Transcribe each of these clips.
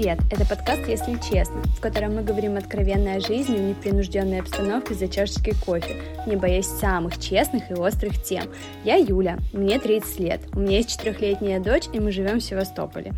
Привет! Это подкаст «Если честно», в котором мы говорим откровенно о жизни в непринужденной обстановке за чашечкой кофе, не боясь самых честных и острых тем. Я Юля, мне 30 лет, у меня есть 4-летняя дочь, и мы живем в Севастополе.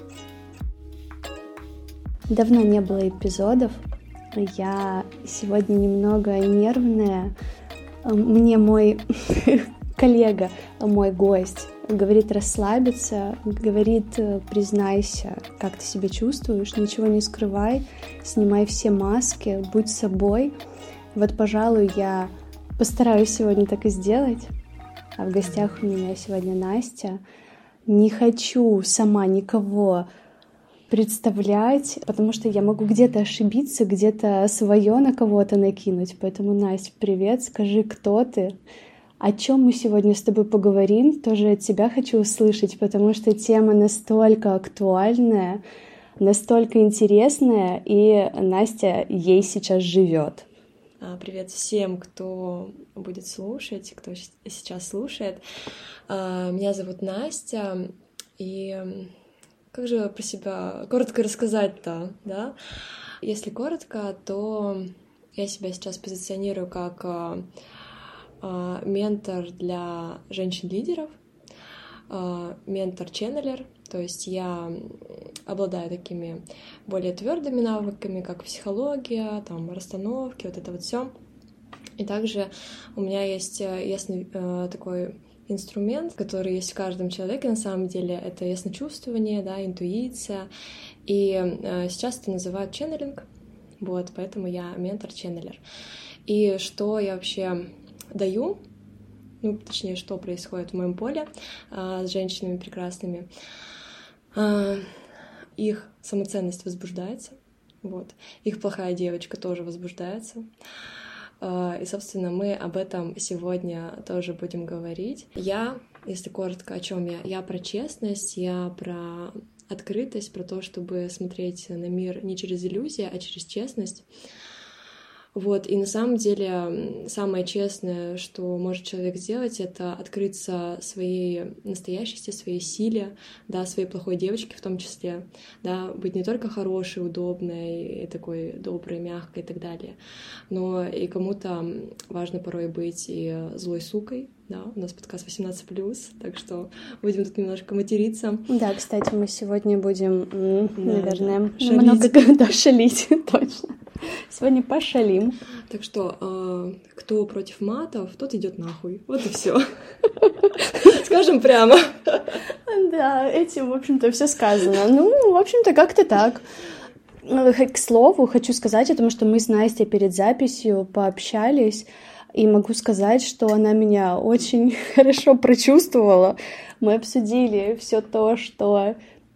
Давно не было эпизодов, я сегодня немного нервная. Мне мой коллега, мой гость, говорит расслабиться, говорит признайся, как ты себя чувствуешь, ничего не скрывай, снимай все маски, будь собой. Вот, пожалуй, я постараюсь сегодня так и сделать. А в гостях у меня сегодня Настя. Не хочу сама никого представлять, потому что я могу где-то ошибиться, где-то свое на кого-то накинуть. Поэтому, Настя, привет, скажи, кто ты? О чем мы сегодня с тобой поговорим, тоже от тебя хочу услышать, потому что тема настолько актуальная, настолько интересная, и Настя ей сейчас живет. Привет всем, кто будет слушать, кто сейчас слушает. Меня зовут Настя, и как же про себя коротко рассказать-то, да? Если коротко, то я себя сейчас позиционирую как ментор для женщин-лидеров, ментор-ченнелер, то есть я обладаю такими более твердыми навыками, как психология, там, расстановки, вот это вот все. И также у меня есть ясный такой инструмент, который есть в каждом человеке, на самом деле, это ясночувствование, да, интуиция, и сейчас это называют ченнелинг, вот, поэтому я ментор-ченнелер. И что я вообще даю, точнее, что происходит в моем поле с женщинами прекрасными. Их самоценность возбуждается, вот. Их плохая девочка тоже возбуждается. И, собственно, мы об этом сегодня тоже будем говорить. Я, если коротко, о чем я про честность, я про открытость, про то, чтобы смотреть на мир не через иллюзии, а через честность. Вот, и на самом деле самое честное, что может человек сделать, это открыться своей настоящести, своей силе, да, своей плохой девочке в том числе, да, быть не только хорошей, удобной, и такой доброй, мягкой и так далее, но и кому-то важно порой быть и злой сукой, да, у нас подкаст 18+, так что будем тут немножко материться. Да, кстати, мы сегодня будем, наверное, шалить. Шалить, точно. Сегодня пошалим. Так что, кто против матов, тот идет нахуй. Вот и все. Скажем прямо. Да, этим, в общем-то, все сказано. В общем-то, как-то так. К слову, хочу сказать, потому что мы с Настей перед записью пообщались, и могу сказать, что она меня очень хорошо прочувствовала. Мы обсудили все то, что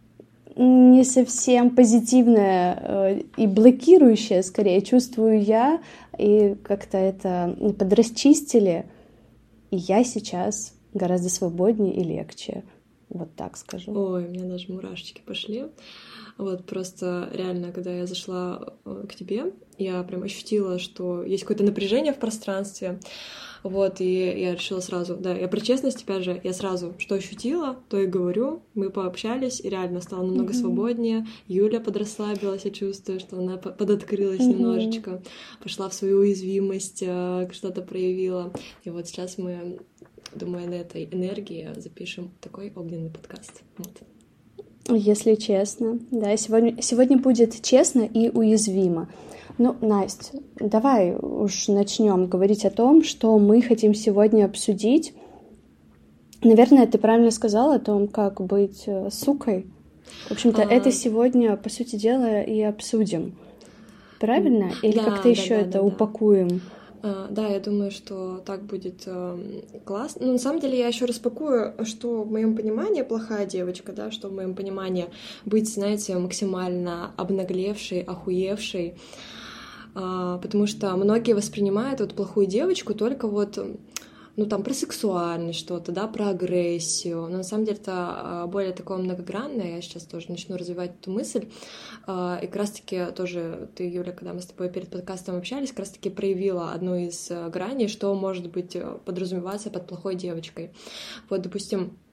не совсем позитивное и блокирующее, скорее, чувствую я, и как-то это подрасчистили, и я сейчас гораздо свободнее и легче, вот так скажу. Ой, у меня даже мурашечки пошли. Вот просто реально, когда я зашла к тебе, я прям ощутила, что есть какое-то напряжение в пространстве. Вот, и я решила сразу, да, я про честность, опять же, я сразу что ощутила, то и говорю. Мы пообщались, и реально стало намного свободнее. Юля подрасслабилась, я чувствую, что она подоткрылась немножечко, пошла в свою уязвимость, что-то проявила. И вот сейчас мы, думаю, на этой энергии запишем такой огненный подкаст. Вот. Если честно, да, сегодня будет честно и уязвимо. Настя, давай уж начнем говорить о том, что мы хотим сегодня обсудить. Наверное, ты правильно сказала о том, как быть сукой. В общем-то, это сегодня, по сути дела, и обсудим. Правильно? Или как-то еще это упакуем? Да, я думаю, что так будет классно. На самом деле я еще распакую, что в моем понимании плохая девочка, да, что в моем понимании быть, знаете, максимально обнаглевшей, охуевшей, потому что многие воспринимают вот плохую девочку только вот, там про сексуальность что-то, да, про агрессию, но на самом деле это более такое многогранное, я сейчас тоже начну развивать эту мысль, и как раз-таки тоже ты, Юля, когда мы с тобой перед подкастом общались, как раз-таки проявила одну из граней, что может быть подразумеваться под плохой девочкой. Вот, допустим,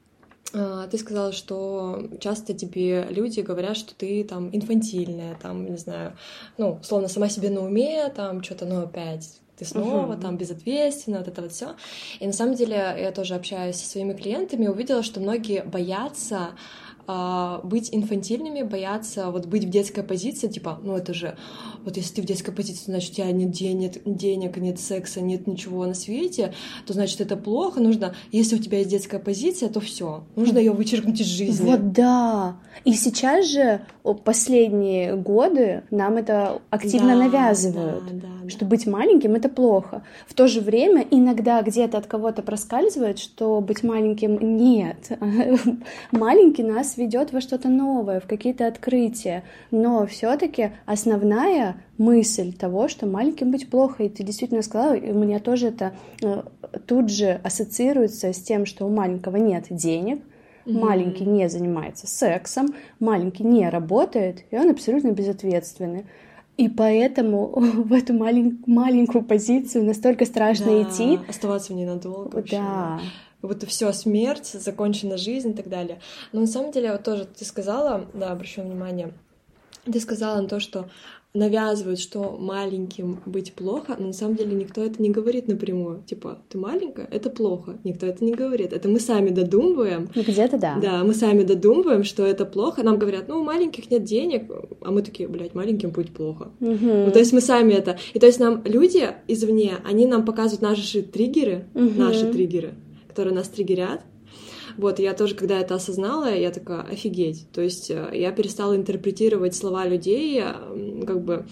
Ты сказала, что часто тебе люди говорят, что ты там инфантильная, там, не знаю, ну, словно сама себе на уме, там, что-то, ну, опять ты снова там безответственна, вот это вот все. И на самом деле я тоже общаюсь со своими клиентами, увидела, что многие боятся быть инфантильными, боятся вот быть в детской позиции, типа, ну это же, вот если ты в детской позиции, значит, у тебя нет денег, нет секса, нет ничего на свете, то значит это плохо, нужно, если у тебя есть детская позиция, то все, нужно ее вычеркнуть из жизни. Вот да. И сейчас же последние годы нам это активно навязывают, что быть маленьким — это плохо. В то же время иногда где-то от кого-то проскальзывает, что быть маленьким — нет. Маленький нас ведет во что-то новое, в какие-то открытия. Но все-таки основная мысль того, что маленьким быть плохо, и ты действительно сказала, и у меня тоже это тут же ассоциируется с тем, что у маленького нет денег, маленький не занимается сексом, маленький не работает, и он абсолютно безответственный. И поэтому в эту маленькую позицию настолько страшно идти. Оставаться в ней надолго вообще. Да. Как будто все, смерть, закончена жизнь и так далее. Но на самом деле, вот тоже ты сказала, да, обращу внимание, ты сказала на то, что навязывают, что маленьким быть плохо, но на самом деле никто это не говорит напрямую. Типа, ты маленькая, это плохо. Никто это не говорит. Это мы сами додумываем. Ну, где-то да. Да, мы сами додумываем, что это плохо. Нам говорят, ну, у маленьких нет денег. А мы такие, блядь, маленьким быть плохо. Ну, то есть мы сами это... И то есть нам люди извне, они нам показывают наши триггеры, которые нас триггерят. Вот, я тоже, когда это осознала, я такая, офигеть. То есть я перестала интерпретировать слова людей, как бы,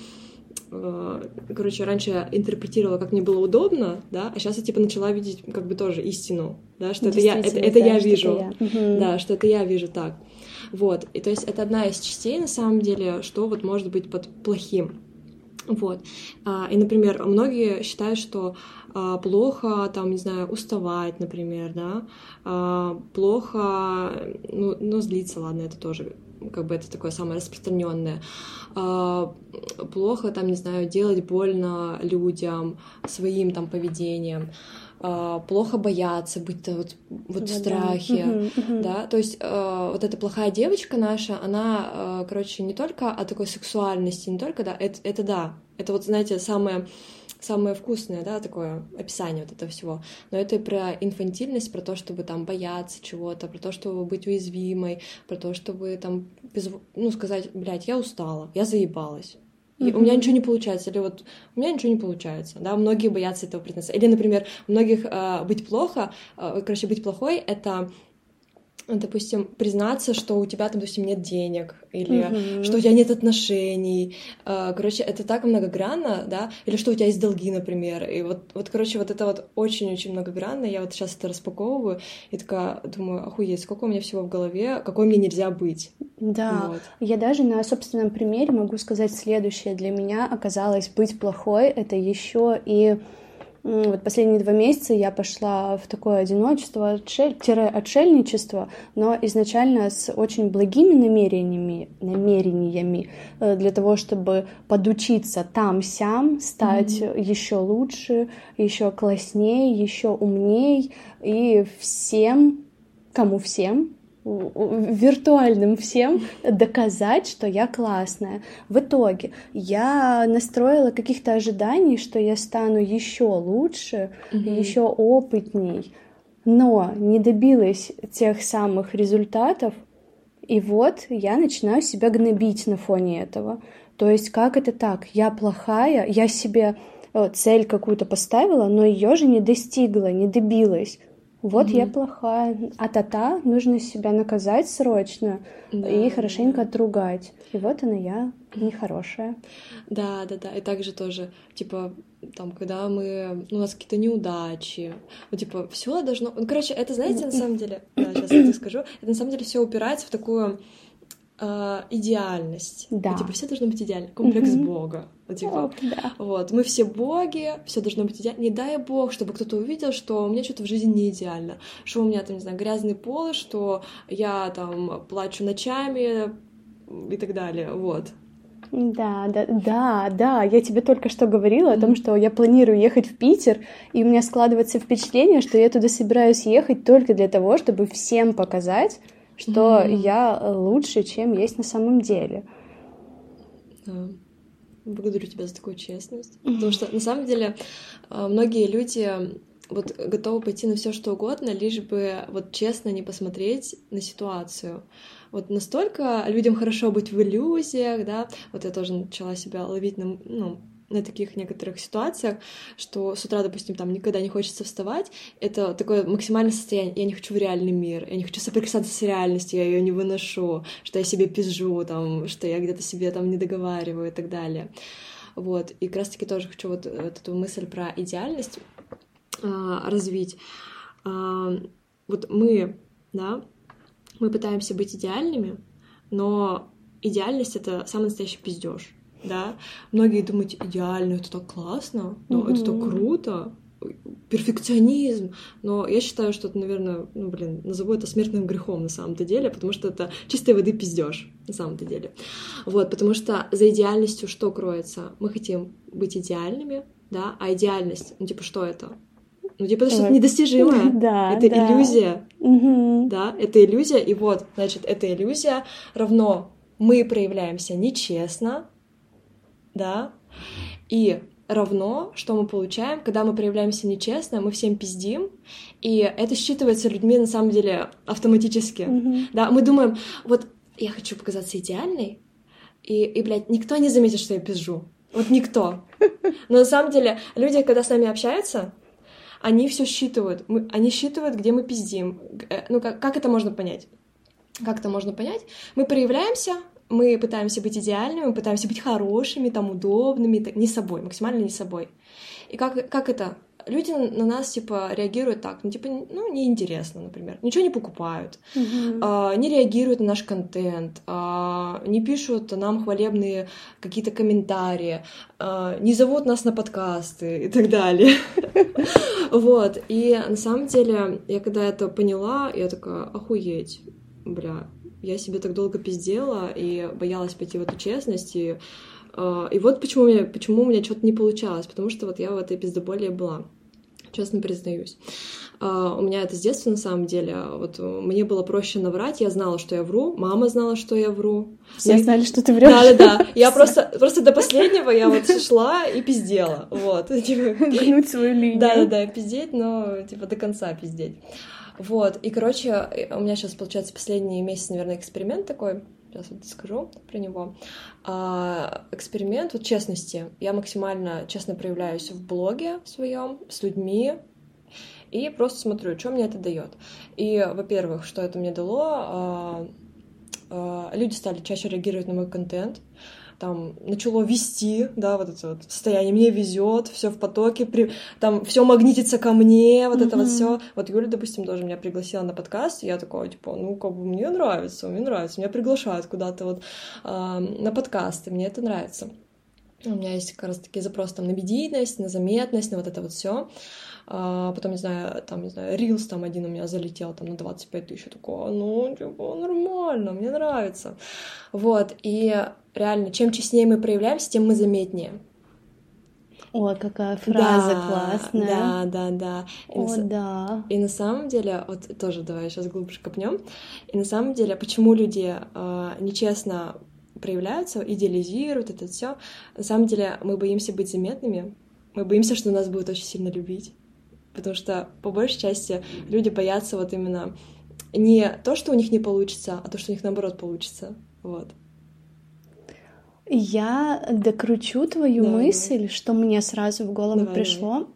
короче, раньше я интерпретировала, как мне было удобно, да, а сейчас я, типа, начала видеть, как бы, тоже истину, да, что это я вижу, да, что это я вижу так. Вот, и то есть это одна из частей, на самом деле, что вот может быть под плохим. Вот. И, например, многие считают, что плохо, там, не знаю, уставать, например, да, плохо, ну, злиться, ладно, это тоже, как бы, это такое самое распространенное. Плохо, там, не знаю, делать больно людям своим, там, поведением. Плохо бояться, быть вот в страхе, да, то есть вот эта плохая девочка наша, она, короче, не только о такой сексуальности, не только, да, это вот, знаете, самое вкусное, да, такое описание вот этого всего, но это и про инфантильность, про то, чтобы там бояться чего-то, про то, чтобы быть уязвимой, про то, чтобы там, сказать, блядь, я устала, я заебалась. И у меня ничего не получается, или вот у меня ничего не получается, да, многие боятся этого признаться. Или, например, у многих быть плохой — это, допустим, признаться, что у тебя, там, допустим, нет денег, или что у тебя нет отношений, короче, это так многогранно, да, или что у тебя есть долги, например, и вот, короче, вот это вот очень-очень многогранно, я вот сейчас это распаковываю, и такая думаю, охуеть, сколько у меня всего в голове, какой мне нельзя быть. Да, вот. Я даже на собственном примере могу сказать следующее. Для меня оказалось быть плохой — это еще и вот последние 2 месяца я пошла в такое одиночество, отшельничество, но изначально с очень благими намерениями для того, чтобы подучиться там-сям, стать еще лучше, еще класснее, еще умней и кому всем, виртуальным всем доказать, что я классная. В итоге я настроила каких-то ожиданий, что я стану еще лучше, еще опытней, но не добилась тех самых результатов, и вот я начинаю себя гнобить на фоне этого. То есть как это так? Я плохая, я себе цель какую-то поставила, но ее же не достигла, не добилась. Вот я плохая, нужно себя наказать срочно и хорошенько отругать. И вот она я, нехорошая. Да, и также тоже, типа, там, когда у нас какие-то неудачи, типа, все должно... короче, это, знаете, на самом деле, сейчас я скажу, это на самом деле все упирается в такую идеальность. Да. Типа, все должно быть идеально. Комплекс Бога. Типа, вот, мы все боги, все должно быть идеально. Не дай бог, чтобы кто-то увидел, что у меня что-то в жизни не идеально, что у меня там, не знаю, грязный пол, что я там плачу ночами и так далее, вот. Да, я тебе только что говорила о том, что я планирую ехать в Питер, и у меня складывается впечатление, что я туда собираюсь ехать только для того, чтобы всем показать, что я лучше, чем есть на самом деле. Да. Благодарю тебя за такую честность. Потому что, на самом деле, многие люди вот готовы пойти на все что угодно, лишь бы вот честно не посмотреть на ситуацию. Вот настолько людям хорошо быть в иллюзиях, да, вот я тоже начала себя ловить на таких некоторых ситуациях, что с утра, допустим, там никогда не хочется вставать, это такое максимальное состояние, я не хочу в реальный мир, я не хочу соприкасаться с реальностью, я ее не выношу, что я себе пизжу, там, что я где-то себе там не договариваю и так далее. Вот, и как раз-таки тоже хочу вот эту мысль про идеальность развить. Вот мы пытаемся быть идеальными, но идеальность — это самый настоящий пиздеж. Да, многие думают, идеально, это так классно, но это так круто, перфекционизм, но я считаю, что это, наверное, назову это смертным грехом на самом-то деле, потому что это чистой воды пиздеж на самом-то деле. Вот, потому что за идеальностью что кроется? Мы хотим быть идеальными, да, а идеальность, что это? Это что-то недостижимое, это иллюзия, да, это иллюзия, и вот, значит, эта иллюзия равно мы проявляемся нечестно, да, и равно, что мы получаем, когда мы проявляемся нечестно, мы всем пиздим, и это считывается людьми на самом деле автоматически, да, мы думаем, вот я хочу показаться идеальной, и, блядь, никто не заметит, что я пизжу, вот никто, но на самом деле люди, когда с нами общаются, они все считывают, они считывают, где мы пиздим, как это можно понять? Как это можно понять? Мы проявляемся, мы пытаемся быть идеальными, мы пытаемся быть хорошими, там, удобными, не собой, максимально не собой. И как это? Люди на нас, реагируют так, неинтересно, например, ничего не покупают, не реагируют на наш контент, не пишут нам хвалебные какие-то комментарии, не зовут нас на подкасты и так далее. Вот, и на самом деле, я когда это поняла, я такая, охуеть, бля, я себе так долго пиздела и боялась пойти в эту честность, и вот почему у меня что-то не получалось, потому что вот я в этой пиздоболе была, честно признаюсь. У меня это с детства, на самом деле, вот мне было проще наврать, я знала, что я вру, мама знала, что я вру. Все знали, что ты врешь. Да, я просто до последнего я вот шла и пиздела, вот. Гнуть свою линию. Да, пиздеть, но до конца пиздеть. Вот, и, короче, у меня сейчас, получается, последний месяц, наверное, эксперимент такой, сейчас вот скажу про него. Эксперимент вот честности. Я максимально честно проявляюсь в блоге своем с людьми и просто смотрю, что мне это дает. И, во-первых, что это мне дало, люди стали чаще реагировать на мой контент, там начало вести, да, вот это вот состояние, мне везет, все в потоке, там все магнитится ко мне, вот это вот все. Вот Юля, допустим, тоже меня пригласила на подкаст, и я такая, мне нравится, меня приглашают куда-то вот на подкасты, мне это нравится. У меня есть как раз таки запрос там на медийность, на заметность, на вот это вот все. Потом, не знаю, рилс там один у меня залетел там на 25 тысяч, я такая, нормально, мне нравится. Вот, и реально, чем честнее мы проявляемся, тем мы заметнее. О, какая фраза классная. Да. Да. И на самом деле, вот тоже давай сейчас глубже копнем. И на самом деле, почему люди нечестно проявляются, идеализируют это все? На самом деле, мы боимся быть заметными, мы боимся, что нас будут очень сильно любить. Потому что, по большей части, люди боятся вот именно не то, что у них не получится, а то, что у них, наоборот, получится. Вот. Я докручу твою мысль, что мне сразу в голову пришло.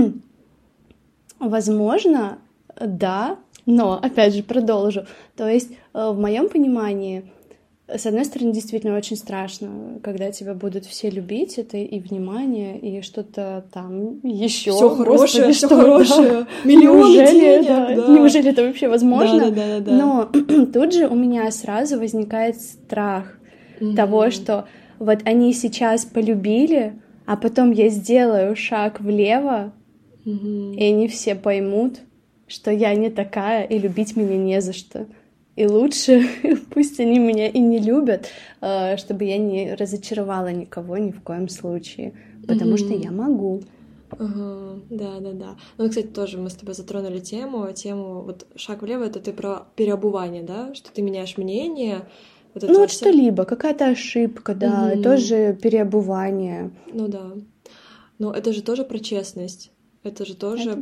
Возможно, да, но, опять же, продолжу. То есть, в моем понимании, с одной стороны, действительно очень страшно, когда тебя будут все любить, это и внимание, и что-то там еще. Все хорошее, все хорошее. Миллионы денег. Да. Неужели это вообще возможно? Да. Но тут же у меня сразу возникает страх того, что вот они сейчас полюбили, а потом я сделаю шаг влево, и они все поймут, что я не такая, и любить меня не за что. И лучше пусть они меня и не любят, чтобы я не разочаровала никого ни в коем случае, потому что я могу. Ага, да. Ну, кстати, тоже мы с тобой затронули тему вот шаг влево — это ты про переобувание, да? Что ты меняешь мнение. Вот это Ну вот всё. что-либо, какая-то ошибка, да, тоже переобувание. Ну да. Но это же тоже про честность. Это же тоже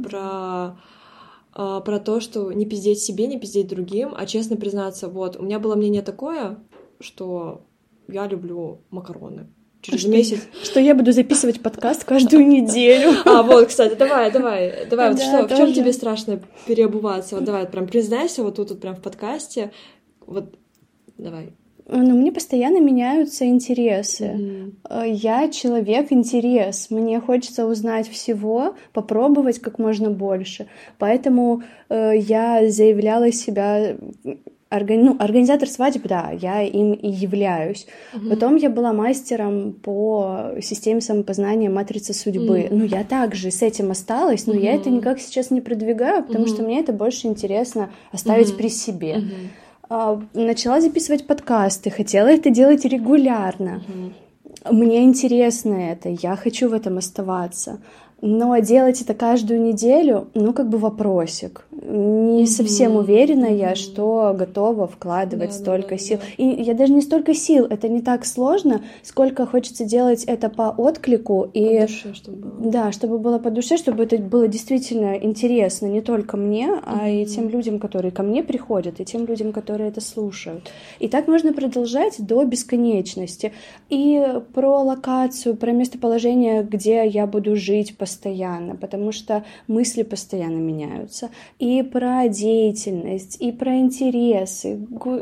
про то, что не пиздеть себе, не пиздеть другим, а честно признаться, вот, у меня было мнение такое, что я люблю макароны. Через месяц... Что я буду записывать подкаст каждую неделю. Вот, кстати, давай, вот что, в чем тоже. тебе страшно переобуваться? Вот давай, прям признайся вот тут прям в подкасте, вот, давай. Ну, мне постоянно меняются интересы. Я человек-интерес. Мне хочется узнать всего, попробовать как можно больше. Поэтому я заявляла себя... организатор свадеб, да, я им и являюсь. Потом я была мастером по системе самопознания матрицы судьбы. Ну, я также с этим осталась, но я это никак сейчас не продвигаю, потому что мне это больше интересно оставить при себе. Начала записывать подкасты, хотела это делать регулярно. Мне интересно это, я хочу в этом оставаться. Но делать это каждую неделю, ну, как бы вопросик. Не совсем уверена я, что готова вкладывать столько сил. И я даже не столько сил, это не так сложно, сколько хочется делать это по отклику. И, по душе, чтобы было. Да, чтобы было по душе, чтобы это было действительно интересно не только мне, а и тем людям, которые ко мне приходят, и тем людям, которые это слушают. И так можно продолжать до бесконечности. И про локацию, про местоположение, где я буду жить постоянно, потому что мысли постоянно меняются. И про деятельность, и про интересы.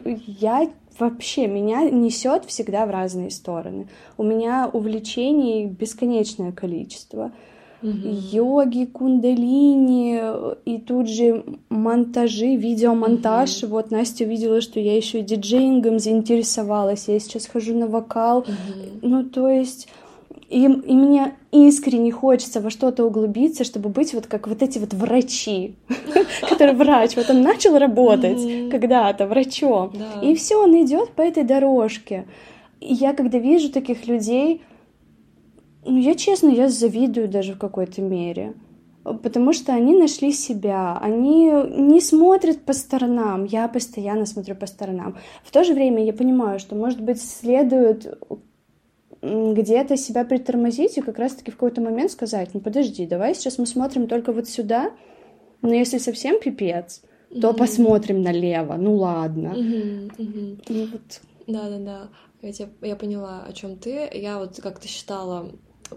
Меня несет всегда в разные стороны. У меня увлечений бесконечное количество. Йоги, кундалини, и тут же монтажи, видеомонтаж. Вот Настя увидела, что я еще и диджеингом заинтересовалась. Я сейчас хожу на вокал. Ну, то есть... И мне искренне хочется во что-то углубиться, чтобы быть вот как вот эти вот врачи, который врач, вот он начал работать когда-то врачом, и все, он идет по этой дорожке. И я когда вижу таких людей, ну, я завидую даже в какой-то мере, потому что они нашли себя, они не смотрят по сторонам, я постоянно смотрю по сторонам. В то же время я понимаю, что, может быть, следует... где-то себя притормозить и как раз-таки в какой-то момент сказать: ну подожди, давай сейчас мы смотрим только вот сюда, но если совсем пипец, то посмотрим налево, ну ладно. Ну, вот. Да, я поняла, о чем ты. Я вот как-то считала,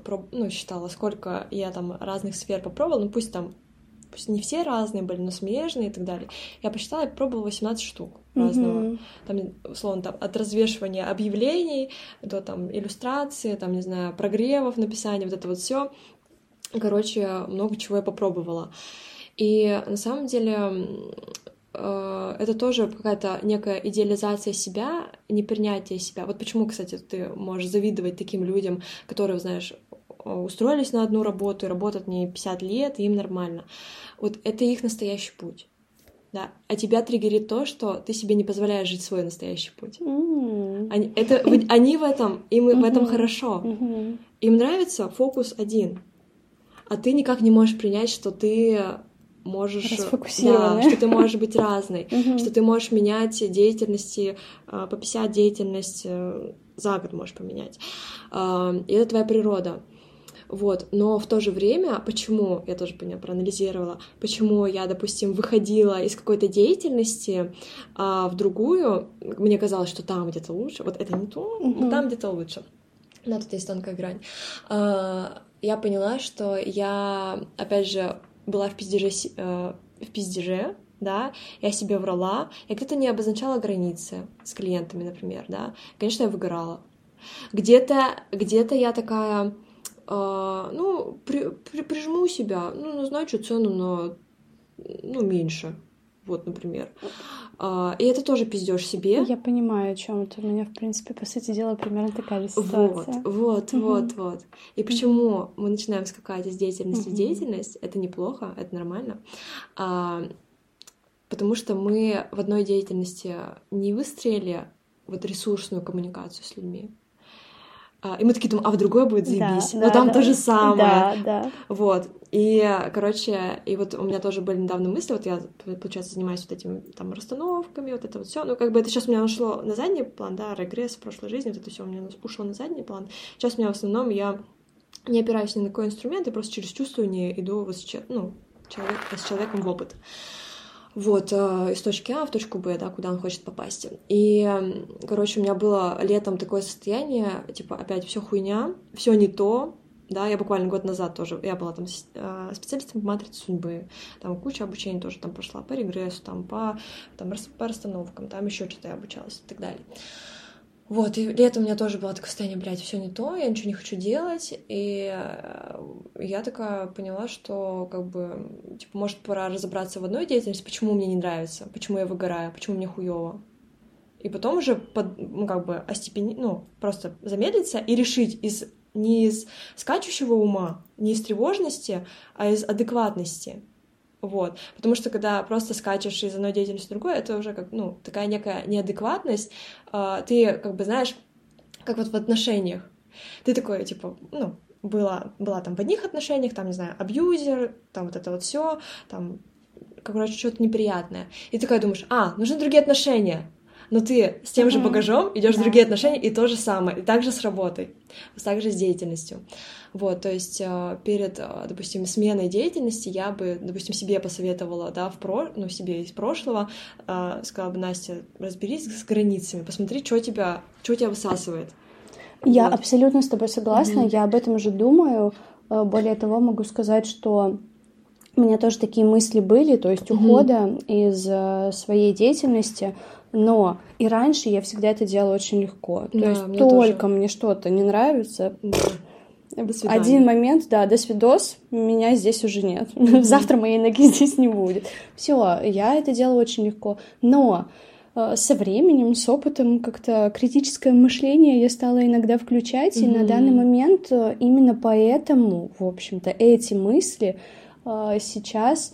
сколько я там разных сфер попробовала, ну пусть не все разные были, но смежные и так далее. Я посчитала, я пробовала 18 штук разного. Там, условно, от развешивания объявлений до там иллюстрации, там, не знаю, прогревов, написания, вот это вот все. Короче, много чего я попробовала. И на самом деле это тоже какая-то некая идеализация себя, непринятие себя. Вот почему, кстати, ты можешь завидовать таким людям, которые, знаешь, устроились на одну работу и работают не 50 лет, и им нормально. Вот это их настоящий путь. Да? А тебя триггерит то, что ты себе не позволяешь жить свой настоящий путь. Они в этом, им в этом хорошо. Им нравится фокус один. А ты никак не можешь принять, что ты можешь... Расфокусированная. Да, что ты можешь быть разной, что ты можешь менять деятельности, по 50 деятельность за год можешь поменять. И это твоя природа. Вот, но в то же время, почему, я тоже проанализировала, почему я, допустим, выходила из какой-то деятельности в другую, мне казалось, что там где-то лучше, вот это не то, но там где-то лучше. Но тут есть тонкая грань. Я поняла, что я, опять же, была в пиздеже, да, я себе врала, я где-то не обозначала границы с клиентами, например, да, конечно, я выгорала. Где-то я такая... прижму себя, назначу цену на, меньше, вот, например. И это тоже пиздёж себе. Я понимаю, о чем ты. У меня, в принципе, по сути дела, примерно такая же ситуация. Вот. И почему мы начинаем скакать из деятельности в деятельность, это неплохо, это нормально. потому что мы в одной деятельности не выстроили вот ресурсную коммуникацию с людьми. И мы такие думаем, а в другой будет заебись. Но там то же самое. Да. Вот. И, короче, и вот у меня тоже были недавно мысли, вот я, получается, занимаюсь вот этими там расстановками, вот это вот все. Ну, как бы это сейчас у меня ушло на задний план, да, регресс в прошлой жизни, вот это все у меня ушло на задний план. Сейчас у меня в основном я не опираюсь ни на какой инструмент, я просто через чувствование иду вот с человеком в опыт. Вот, из точки А в точку Б, да, куда он хочет попасть. И, короче, у меня было летом такое состояние, типа, опять все хуйня, все не то, да, я буквально год назад тоже, я была там специалистом по матрице судьбы, там куча обучений тоже там прошла по регрессу, там по расстановкам, там еще что-то я обучалась и так далее. Вот, и летом у меня тоже было такое состояние, блядь, все не то, я ничего не хочу делать, и я такая поняла, что, как бы, типа, может, пора разобраться в одной деятельности, почему мне не нравится, почему я выгораю, почему мне хуёво. И потом уже, просто замедлиться и решить не из скачущего ума, не из тревожности, а из адекватности. Вот. Потому что когда просто скачешь из одной деятельности в другой, это уже как, такая некая неадекватность. Ты, как бы, знаешь, как вот в отношениях. Ты такой, типа, была там в одних отношениях, там, не знаю, абьюзер, там вот это вот все, там, короче, что-то неприятное. И ты такая думаешь, нужны другие отношения. Но ты с тем же багажом идешь в другие отношения, и то же самое, и также с работой, также с деятельностью. Вот, то есть перед, допустим, сменой деятельности я бы, допустим, себе посоветовала, да, себе из прошлого, сказала бы, Настя, разберись с границами, посмотри, что тебя высасывает. Я абсолютно с тобой согласна, я об этом уже думаю. Более того, могу сказать, что у меня тоже такие мысли были, то есть ухода из своей деятельности, но и раньше я всегда это делала очень легко. То есть только мне что-то не нравится, один момент, да, до свидос, меня здесь уже нет. Завтра моей ноги здесь не будет. Все, я это делала очень легко. Но со временем, с опытом, как-то критическое мышление я стала иногда включать, и на данный момент именно поэтому, в общем-то, эти мысли сейчас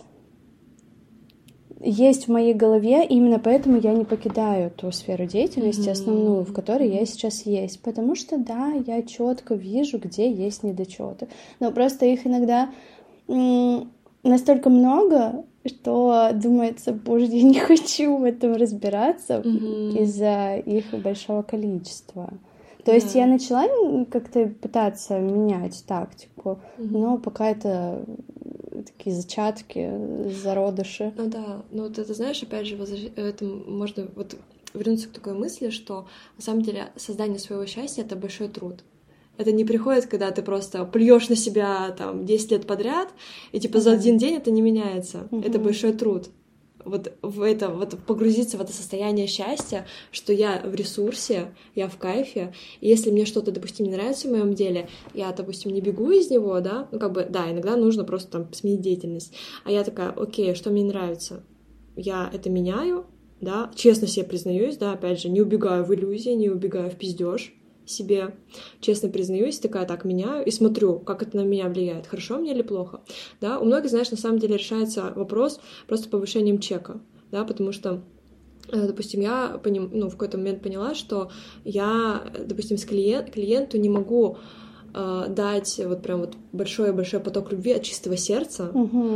есть в моей голове, именно поэтому я не покидаю ту сферу деятельности основную, в которой я сейчас есть. Потому что, да, я четко вижу, где есть недочеты. Но просто их иногда настолько много, что думается, боже, я не хочу в этом разбираться из-за их большого количества. То есть я начала как-то пытаться менять тактику, но пока это такие зачатки, зародыши. Ну да, вот это, знаешь, опять же, это можно вот вернуться к такой мысли, что на самом деле создание своего счастья — это большой труд. Это не приходит, когда ты просто плюешь на себя там 10 лет подряд, и типа за один день это не меняется. Это большой труд. Вот погрузиться в это состояние счастья, что я в ресурсе, я в кайфе, и если мне что-то, допустим, не нравится в моем деле, я, допустим, не бегу из него, да, иногда нужно просто там сменить деятельность, а я такая, окей, что мне нравится, я это меняю, да, честно себе признаюсь, да, опять же, не убегаю в иллюзии, не убегаю в пиздеж себе, честно признаюсь, такая, так, меняю и смотрю, как это на меня влияет, хорошо мне или плохо, да, у многих, знаешь, на самом деле решается вопрос просто повышением чека, да, потому что, допустим, я в какой-то момент поняла, что я, допустим, клиенту не могу дать вот прям вот большой-большой поток любви от чистого сердца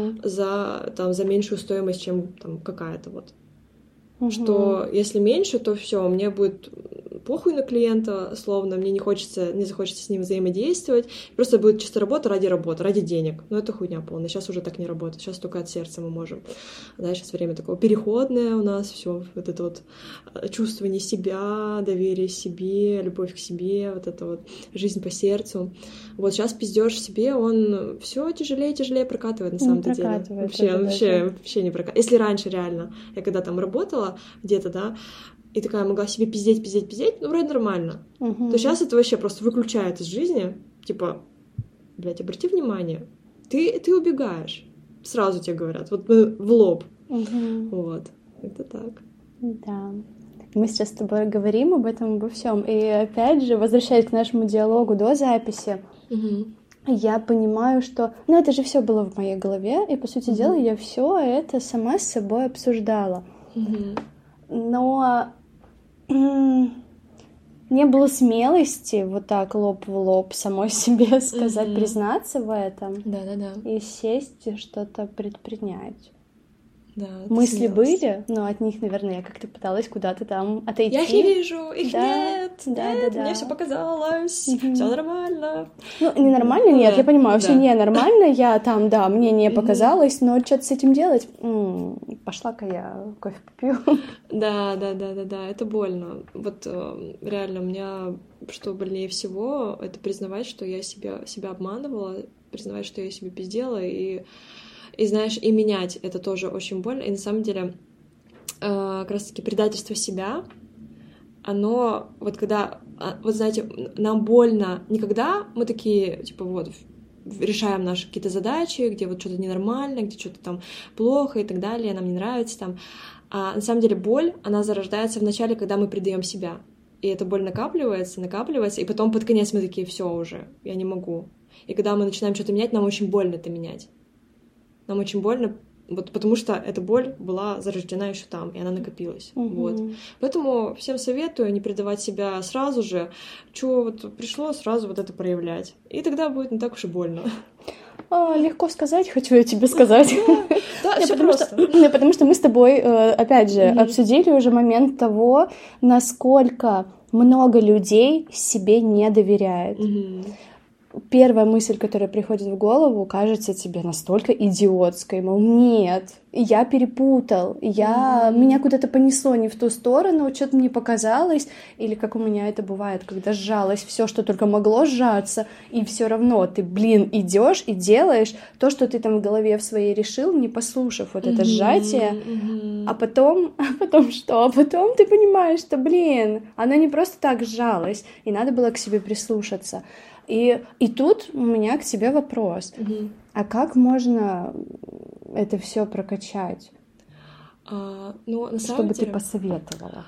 за меньшую стоимость, чем там какая-то вот. Что если меньше, то все, мне будет похуй на клиента, словно мне не захочется с ним взаимодействовать, просто будет чисто работа, ради денег. Но это хуйня полная. Сейчас уже так не работает. Сейчас только от сердца мы можем. Да, сейчас время такое переходное у нас, все вот это вот чувствование себя, доверие себе, любовь к себе, вот это вот жизнь по сердцу. Вот сейчас пиздеж себе, он все тяжелее и тяжелее прокатывает на самом деле. Вообще не прокатывает. Если раньше реально, я когда там работала где-то, да, и такая могла себе пиздеть, вроде нормально. То сейчас это вообще просто выключает из жизни, типа, блядь, обрати внимание, ты убегаешь. Сразу тебе говорят, вот в лоб. Вот, это так. Да. Мы сейчас с тобой говорим об этом, обо всем. И опять же, возвращаясь к нашему диалогу до записи, я понимаю, что... Ну, это же все было в моей голове, и, по сути дела, я все это сама с собой обсуждала. Но не было смелости вот так лоб в лоб самой себе сказать, признаться в этом. И сесть и что-то предпринять. Да, мысли были, но от них, наверное, я как-то пыталась куда-то там отойти. Я их не вижу, их да, нет, да, нет, да, мне все показалось, все нормально. Ну, ненормально, нет, я понимаю, все ненормально, я там, да, мне не показалось, но что-то с этим делать? Пошла-ка я кофе попью. Да, это больно. Вот реально, у меня что больнее всего, это признавать, что я себя обманывала, признавать, что я себе пиздела, и знаешь, и менять это тоже очень больно. И на самом деле, как раз-таки предательство себя, оно вот когда, вот знаете, нам больно не когда мы такие, типа, вот, решаем наши какие-то задачи, где вот что-то ненормально, где что-то там плохо и так далее, нам не нравится там. А на самом деле боль, она зарождается в начале, когда мы предаем себя. И эта боль накапливается, и потом под конец мы такие, все уже, я не могу. И когда мы начинаем что-то менять, нам очень больно это менять. Нам очень больно, вот, потому что эта боль была зарождена еще там, и она накопилась. Вот. Поэтому всем советую не предавать себя сразу же. Что вот пришло, сразу вот это проявлять. И тогда будет не так уж и больно. Легко сказать, хочу я тебе сказать. Да, все просто. Потому что мы с тобой, опять же, обсудили уже момент того, насколько много людей себе не доверяет. Первая мысль, которая приходит в голову, кажется тебе настолько идиотской, мол, нет, я перепутал, меня куда-то понесло не в ту сторону, что-то мне показалось, или как у меня это бывает, когда сжалось все, что только могло сжаться, и все равно ты, идешь и делаешь то, что ты там в голове в своей решил, не послушав вот это сжатие, а потом что? А потом ты понимаешь, что, оно не просто так сжалось, и надо было к себе прислушаться. И тут у меня к тебе вопрос. А как можно это все прокачать? На самом чтобы деле, ты посоветовала?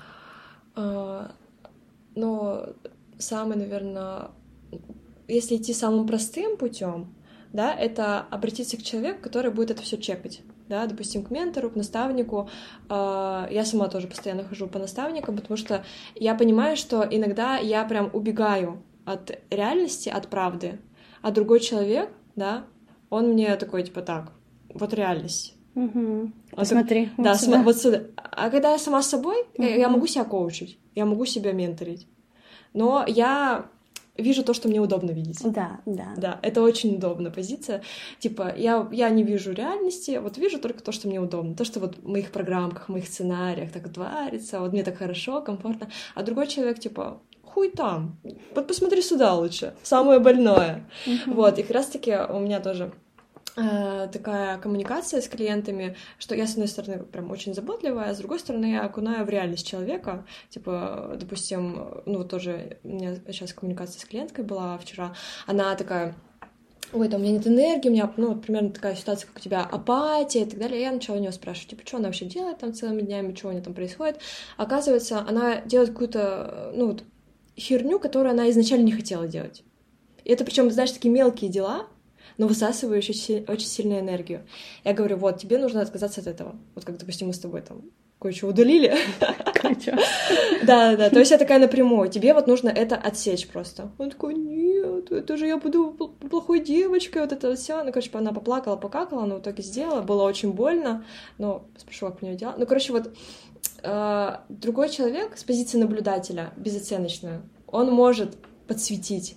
Самый, наверное, если идти самым простым путем, да, это обратиться к человеку, который будет это все чекать. Да, допустим, к ментору, к наставнику. Я сама тоже постоянно хожу по наставникам, потому что я понимаю, что иногда я прям убегаю от реальности, от правды, а другой человек, да, он мне такой, типа, так, вот реальность. Посмотри. Вот сюда. А когда я сама с собой, я могу себя коучить, я могу себя менторить, но я вижу то, что мне удобно видеть. Да. Да, это очень удобная позиция. Типа, я не вижу реальности, вот вижу только то, что мне удобно. То, что вот в моих программках, в моих сценариях так творится, вот мне так хорошо, комфортно. А другой человек, типа, хуй там, вот посмотри сюда лучше, самое больное. Вот, и как раз-таки у меня тоже такая коммуникация с клиентами, что я, с одной стороны, прям очень заботливая, а с другой стороны, я окунаю в реальность человека. Типа, допустим, тоже у меня сейчас коммуникация с клиенткой была вчера, она такая: ой, там у меня нет энергии, у меня, примерно такая ситуация, как у тебя, апатия и так далее. Я начала у нее спрашивать, типа, что она вообще делает там целыми днями, что у нее там происходит. Оказывается, она делает какую-то, херню, которую она изначально не хотела делать. И это, причем, знаешь, такие мелкие дела, но высасывающие очень сильную энергию. Я говорю, вот, тебе нужно отказаться от этого. Вот как, допустим, мы с тобой там кое-что удалили. Да, то есть я такая напрямую, тебе вот нужно это отсечь просто. Он такой, нет, это же я буду плохой девочкой, вот это все. Она покакала, но в итоге сделала, было очень больно, но спрошу, как у нее дела. вот другой человек с позиции наблюдателя, безоценочную, он может подсветить.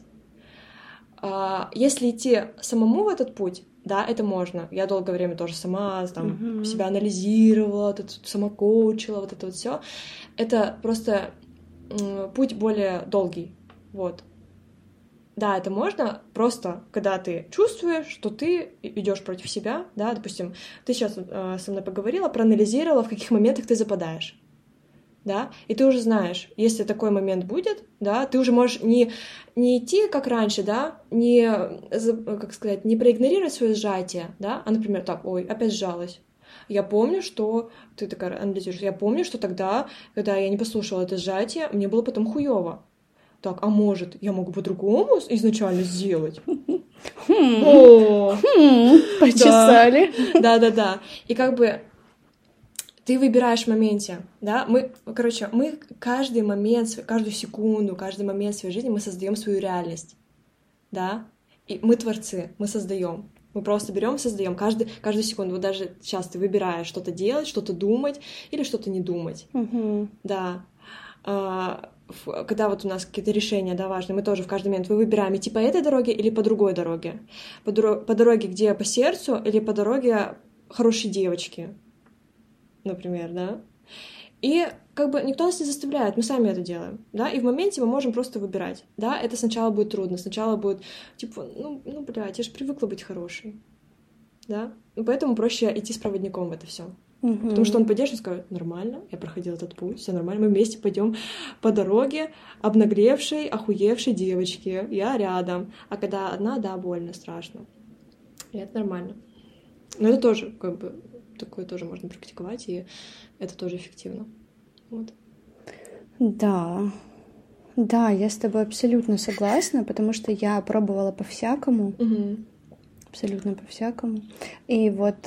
Если идти самому в этот путь, да, это можно. Я долгое время тоже сама там себя анализировала, вот это, сама коучила, вот это вот все. Это просто путь более долгий. Вот. Да, это можно просто, когда ты чувствуешь, что ты идешь против себя, да, допустим, ты сейчас со мной поговорила, проанализировала, в каких моментах ты западаешь. Да, и ты уже знаешь, если такой момент будет, да, ты уже можешь не идти, как раньше, да, не проигнорировать свое сжатие, да, а, например, так, ой, опять сжалась. Я помню, что ты такая анализируешь, я помню, что тогда, когда я не послушала это сжатие, мне было потом хуёво. так, а может, я могу по-другому изначально сделать? Почесали. Да. И как бы ты выбираешь в моменте, да? Мы каждый момент, каждую секунду, каждый момент своей жизни мы создаем свою реальность, да? И мы творцы, мы создаем. Мы просто берем, создаем каждую секунду. Вот даже сейчас ты выбираешь что-то делать, что-то думать или что-то не думать. Да. Когда вот у нас какие-то решения, да, важные, мы тоже в каждый момент выбираем идти по этой дороге или по другой дороге. По дороге, где по сердцу, или по дороге хорошей девочки, например, да. И как бы никто нас не заставляет, мы сами это делаем, да, и в моменте мы можем просто выбирать, да, это сначала будет трудно, сначала будет, типа, блядь, я же привыкла быть хорошей, да, поэтому проще идти с проводником в это все. Потому что он поддержит и скажет: нормально, я проходила этот путь, все нормально, мы вместе пойдем по дороге обнаглевшей, охуевшей девочки, я рядом. А когда одна, да, больно, страшно. И это нормально. Но это тоже, как бы, такое тоже можно практиковать, и это тоже эффективно. Вот. Да, я с тобой абсолютно согласна, потому что я пробовала по-всякому. Абсолютно по-всякому. И вот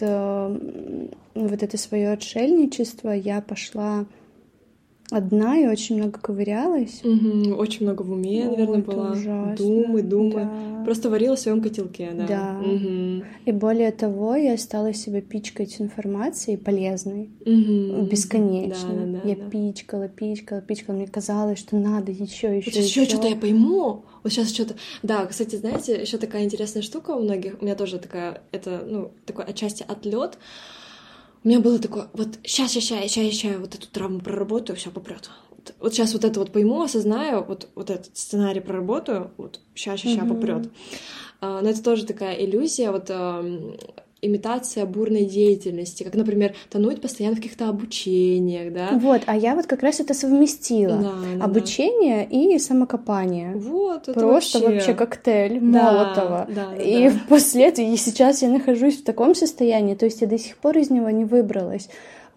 это свое отшельничество я пошла одна и очень много ковырялась. Очень много в уме, наверное, была. Ужасно. Думы. Да. Просто варила в своем котелке, да. Да. И более того, я стала себя пичкать информацией полезной бесконечно. Да. Я пичкала. Мне казалось, что надо еще. Вот еще что-то я пойму. Вот сейчас что-то. Да, кстати, знаете, еще такая интересная штука у многих. У меня тоже такая, это, такой отчасти отлет. У меня было такое, вот сейчас я вот эту травму проработаю, все попрет. Вот сейчас вот это вот пойму, осознаю, вот этот сценарий проработаю, вот сейчас попрет. Но это тоже такая иллюзия, вот имитация бурной деятельности, как, например, тонуть постоянно в каких-то обучениях, да. Вот, а я вот как раз это совместила. Да, обучение и самокопание. Вот, это просто вообще коктейль Молотова. И после этого, и сейчас я нахожусь в таком состоянии, то есть я до сих пор из него не выбралась.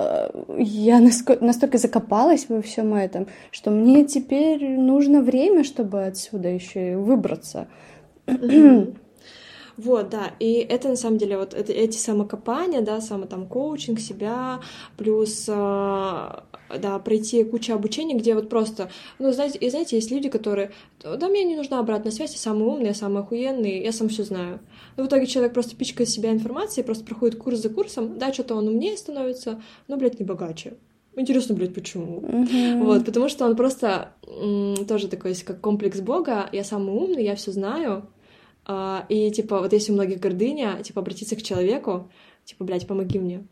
Я настолько закопалась во всем этом, что мне теперь нужно время, чтобы отсюда еще и выбраться. Вот, да, и это на самом деле вот эти самокопания, да, коучинг себя, плюс, да, пройти кучу обучений, где вот просто, знаете, есть люди, которые, да, мне не нужна обратная связь, я самый умный, я самый охуенный, я сам все знаю. Но в итоге человек просто пичкает себя информацией, просто проходит курс за курсом, да, что-то он умнее становится, но, блядь, не богаче. Интересно, блядь, почему? Вот, потому что он просто тоже такой, как комплекс Бога, я самый умный, я все знаю. И, типа, вот если у многих гордыня, типа, обратиться к человеку, типа, блядь, помоги мне.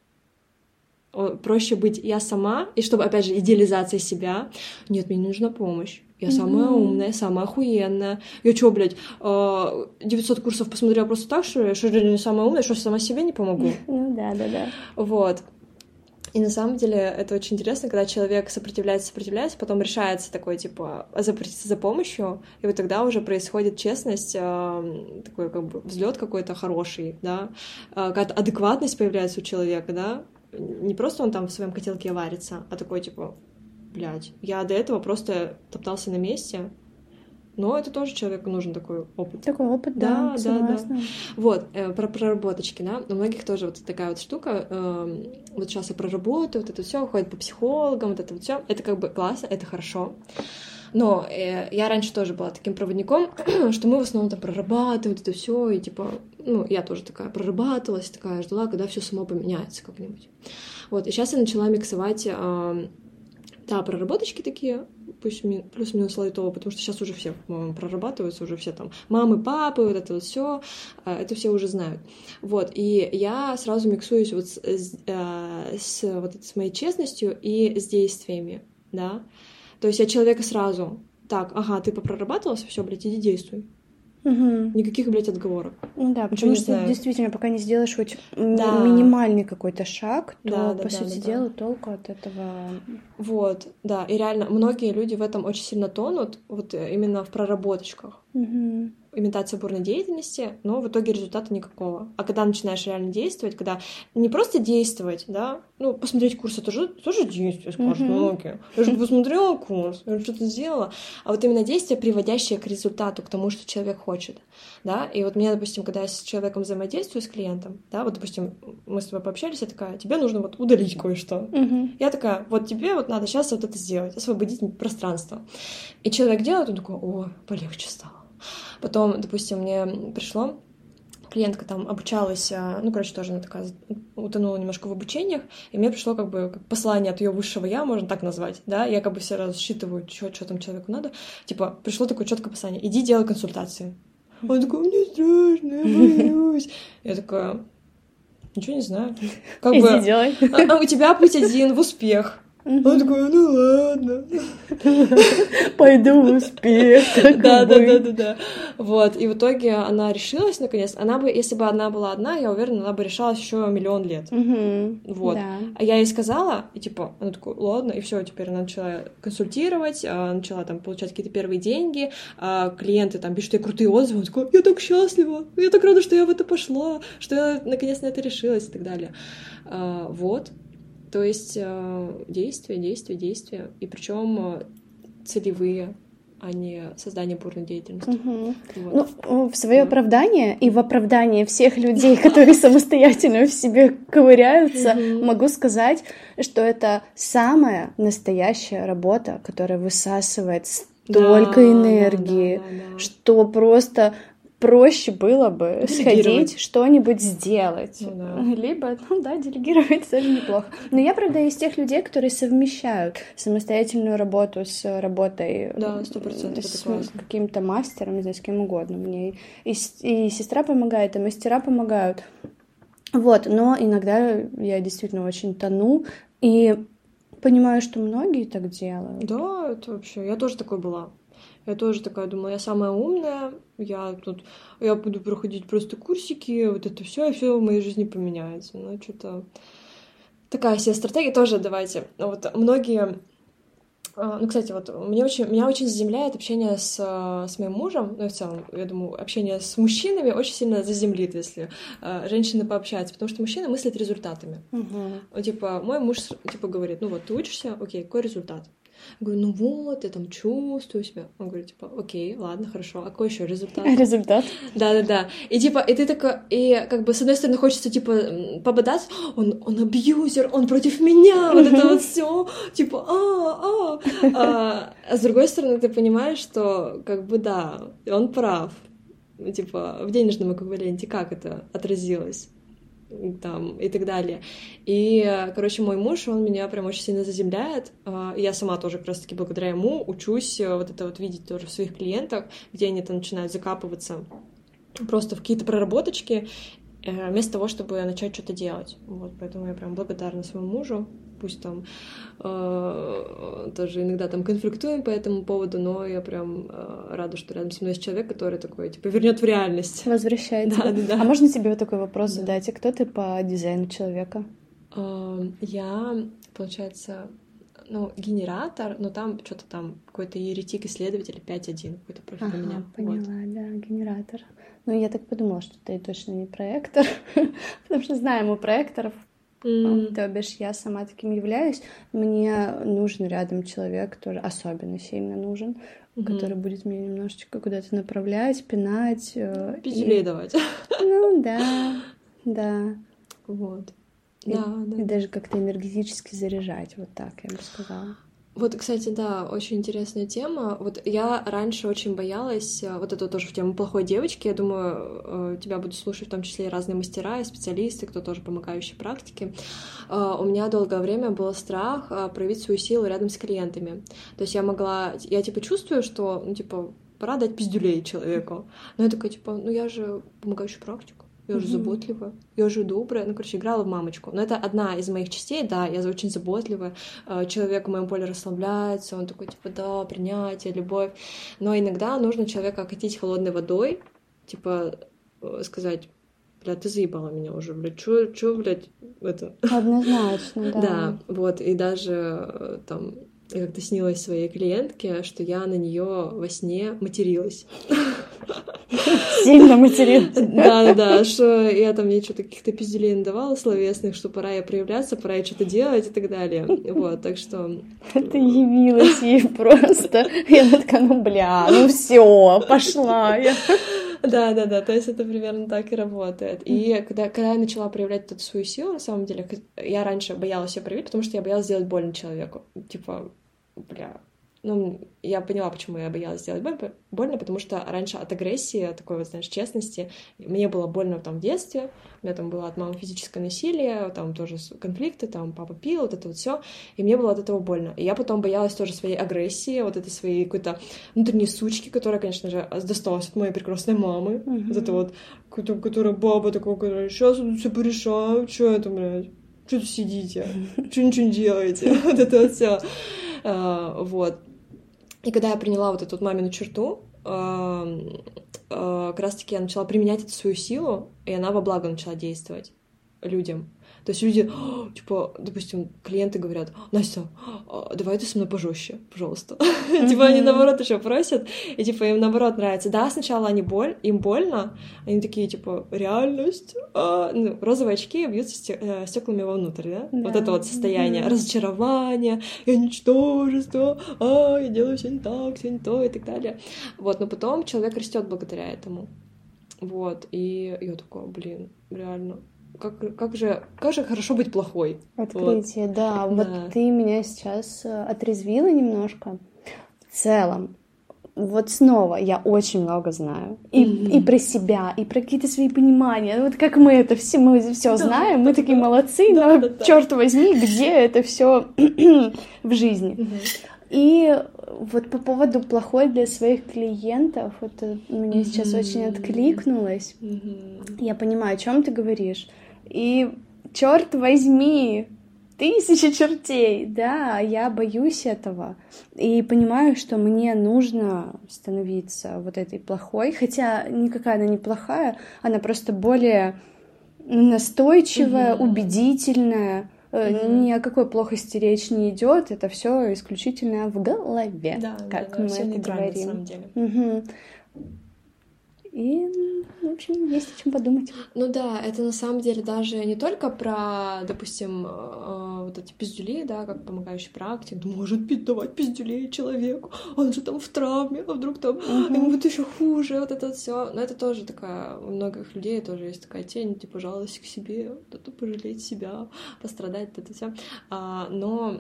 Проще быть я сама, и чтобы, опять же, идеализация себя. Нет, мне не нужна помощь. Я самая умная, самая охуенная. Я чё, блядь, 900 курсов посмотрела просто так, что я не самая умная, что сама себе не помогу? Да. Вот. И на самом деле это очень интересно, когда человек сопротивляется, потом решается такой, типа, обратиться за помощью, и вот тогда уже происходит честность, такой как бы взлет какой-то хороший, да, какая-то адекватность появляется у человека, да, не просто он там в своем котелке варится, а такой, типа, блядь, я до этого просто топтался на месте. Но это тоже человеку нужен такой опыт. Такой опыт, да, согласна. Вот, про проработочки, да, у многих тоже вот такая вот штука, вот сейчас я проработаю, вот это все, ходит по психологам, вот это вот все, это как бы классно, это хорошо. Но я раньше тоже была таким проводником, что мы в основном там прорабатываем это все, и типа, я тоже такая прорабатывалась, такая ждала, когда все само поменяется как-нибудь. Вот, и сейчас я начала миксовать, да, проработочки такие, пусть плюс-минус лайтово, потому что сейчас уже все прорабатываются, уже все там мамы, папы, вот это вот все, это все уже знают. Вот, и я сразу миксуюсь вот с моей честностью и с действиями, да. То есть я человека сразу, так, ага, ты попрорабатывался, все, блядь, иди действуй. Никаких, блядь, отговорок. Да, потому что действительно, пока не сделаешь хоть минимальный какой-то шаг, то, по сути дела, толку от этого... Вот, да, и реально, многие люди в этом очень сильно тонут, вот именно в проработочках. имитация бурной деятельности, но в итоге результата никакого. А когда начинаешь реально действовать, когда не просто действовать, да, ну, посмотреть курс, это же тоже действие, скажешь, ну, окей. Я же посмотрела курс, я что-то сделала. А вот именно действие, приводящее к результату, к тому, что человек хочет, да. И вот мне, допустим, когда я с человеком взаимодействую, с клиентом, да, вот, допустим, мы с тобой пообщались, я такая, тебе нужно вот удалить кое-что. Я такая, вот тебе вот надо сейчас вот это сделать, освободить пространство. И человек делает, он такой, о, полегче стало. Потом, допустим, мне пришло, клиентка там обучалась, ну, короче, тоже она такая утонула немножко в обучениях, и мне пришло как бы как послание от ее высшего я, можно так назвать, да, я как бы все раз считываю, что там человеку надо, типа, пришло такое четкое послание, иди делай консультации. Он такой, мне страшно, я боюсь. Я такая, ничего не знаю. Как иди бы, делай. А у тебя путь один в успех. Он такой, ну ладно. Пойду в успех. Да. Вот. И в итоге она решилась наконец. Она бы, если бы она была одна, я уверена, она бы решалась еще миллион лет. Вот. Да. А я ей сказала, и типа, она такая, ладно, и все, теперь она начала консультировать, начала там получать какие-то первые деньги, клиенты там пишут ей крутые отзывы, она такая, я так счастлива, я так рада, что я в это пошла, что я наконец на это решилась и так далее. Вот. То есть действия, и причем целевые, а не создание бурной деятельности. Вот. Ну, в свое оправдание и в оправдание всех людей, которые самостоятельно в себе ковыряются, могу сказать, что это самая настоящая работа, которая высасывает столько энергии, что просто проще было бы сходить, что-нибудь сделать. Либо, делегировать тоже неплохо. Но я, правда, из тех людей, которые совмещают самостоятельную работу с работой 100%, с каким-то мастером, не знаю, с кем угодно. Мне и сестра помогает, и мастера помогают. Вот, но иногда я действительно очень тону, и понимаю, что многие так делают. Да, это вообще... Я тоже такой была. Я тоже такая думала, я самая умная, я буду проходить просто курсики, вот это все, и все в моей жизни поменяется. Ну, что-то такая себе стратегия тоже, давайте. Вот многие... Ну, кстати, вот меня очень заземляет общение с моим мужем, ну, и в целом, я думаю, общение с мужчинами очень сильно заземлит, если женщины пообщаются, потому что мужчины мыслят результатами. Типа, мой муж, типа, говорит, ну, вот, ты учишься, окей, какой результат? Я говорю, ну вот, я там чувствую себя. Он говорит, типа, окей, ладно, хорошо, а какой еще результат? Результат? Да. И типа, и ты такой, и как бы с одной стороны хочется, типа, пободаться, он абьюзер, он против меня, вот это вот все, типа, а с другой стороны ты понимаешь, что, как бы, да, он прав. Типа, в денежном эквиваленте как это отразилось? Там, и так далее. И, короче, мой муж, он меня прям очень сильно заземляет. Я сама тоже как раз-таки благодаря ему учусь вот это вот видеть тоже в своих клиентах, где они там начинают закапываться просто в какие-то проработочки, вместо того, чтобы начать что-то делать. Вот, поэтому я прям благодарна своему мужу. Пусть там тоже иногда там конфликтуем по этому поводу, но я прям рада, что рядом со мной есть человек, который такой, типа, вернет в реальность. Возвращается. Да. А можно тебе вот такой вопрос задать? А кто ты по дизайну человека? Я, получается, генератор, но там что-то там какой-то еретик-исследователь 5.1, какой-то профиль у меня. Поняла, да, генератор. Ну, я так подумала, что ты точно не проектор, потому что знаем у проекторов, то бишь я сама таким являюсь. Мне нужен рядом человек, тоже особенно сильно нужен, который будет меня немножечко куда-то направлять, пинать. Пиздюлей давать. Ну, да. Вот. И даже как-то энергетически заряжать, вот так я бы сказала. Вот, кстати, да, очень интересная тема. Вот я раньше очень боялась, вот это тоже в тему плохой девочки, я думаю, тебя будут слушать в том числе и разные мастера, и специалисты, кто тоже помогающий практике. У меня долгое время был страх проявить свою силу рядом с клиентами. То есть я типа чувствую, что, пора дать пиздюлей человеку. Но я такая, я же помогающий практик. Я же заботливая, я же добрая. Играла в мамочку. Но это одна из моих частей, да, я очень заботливая. Человек в моем поле расслабляется, он такой, да, принятие, любовь. Но иногда нужно человека окатить холодной водой, сказать, ты заебала меня уже, чё, блядь, это... Однозначно, да. Да, вот, и даже там и как-то снилось своей клиентке, что я на нее во сне материлась. Сильно материлась. Да, что я там ей что-то каких-то пизделей надавала словесных, что пора ей проявляться, пора ей что-то делать и так далее. Вот, так что... Это явилось ей просто. Я такая, ну бля, ну все, пошла я. Да, то есть это примерно так и работает. И когда я начала проявлять эту свою силу, на самом деле, я раньше боялась ее проявить, потому что я боялась сделать больно человеку. Типа, бля... Ну, я поняла, почему я боялась сделать больно, потому что раньше от агрессии, от такой вот, знаешь, честности, мне было больно там в детстве, у меня там было от мамы физическое насилие, там тоже конфликты, там папа пил, вот это вот все, и мне было от этого больно. И я потом боялась тоже своей агрессии, вот этой своей какой-то внутренней сучки, которая, конечно же, досталась от моей прекрасной мамы, вот это вот, которая баба такая, которая сейчас все порешаю, что это, блядь? Что тут сидите? Что ничего не делаете? Вот это вот все. Вот. И когда я приняла вот эту вот мамину черту, как раз-таки я начала применять эту свою силу, и она во благо начала действовать людям. То есть люди, типа, допустим, клиенты говорят: Настя, давай ты со мной пожестче, пожалуйста. Типа они наоборот еще просят, и типа им наоборот нравится. Да, сначала им больно, они такие, типа, реальность. Розовые очки бьются стеклами вовнутрь, да? Вот это вот состояние разочарования, я ничтожество, я делаю все не так, все не то и так далее. Вот, но потом человек растет благодаря этому. Вот, и я такая, блин, реально. Как же хорошо быть плохой. Открытие, вот. Да. Вот ты меня сейчас отрезвила немножко. В целом, вот снова я очень много знаю. И про себя, и про какие-то свои понимания. Вот как мы это все, знаем, мы такие молодцы, но черт возьми, где это все в жизни. И вот по поводу плохой для своих клиентов, это мне сейчас очень откликнулось. Я понимаю, о чем ты говоришь. И черт возьми, 1000 чертей, да, я боюсь этого. И понимаю, что мне нужно становиться вот этой плохой, хотя никакая она не плохая, она просто более настойчивая, убедительная. Ни о какой плохости речь не идет, это все исключительно в голове, как мы это говорим. На самом деле. И, в общем, есть о чем подумать. Ну да, это на самом деле даже не только про, допустим, вот эти пиздюли, да, как помогающий практик, может давать пиздюлей человеку, он же там в травме, а вдруг там ему будет еще хуже, вот это все. Но это тоже такая, у многих людей тоже есть такая тень, типа, жалость к себе, вот это пожалеть себя, пострадать, это все. Но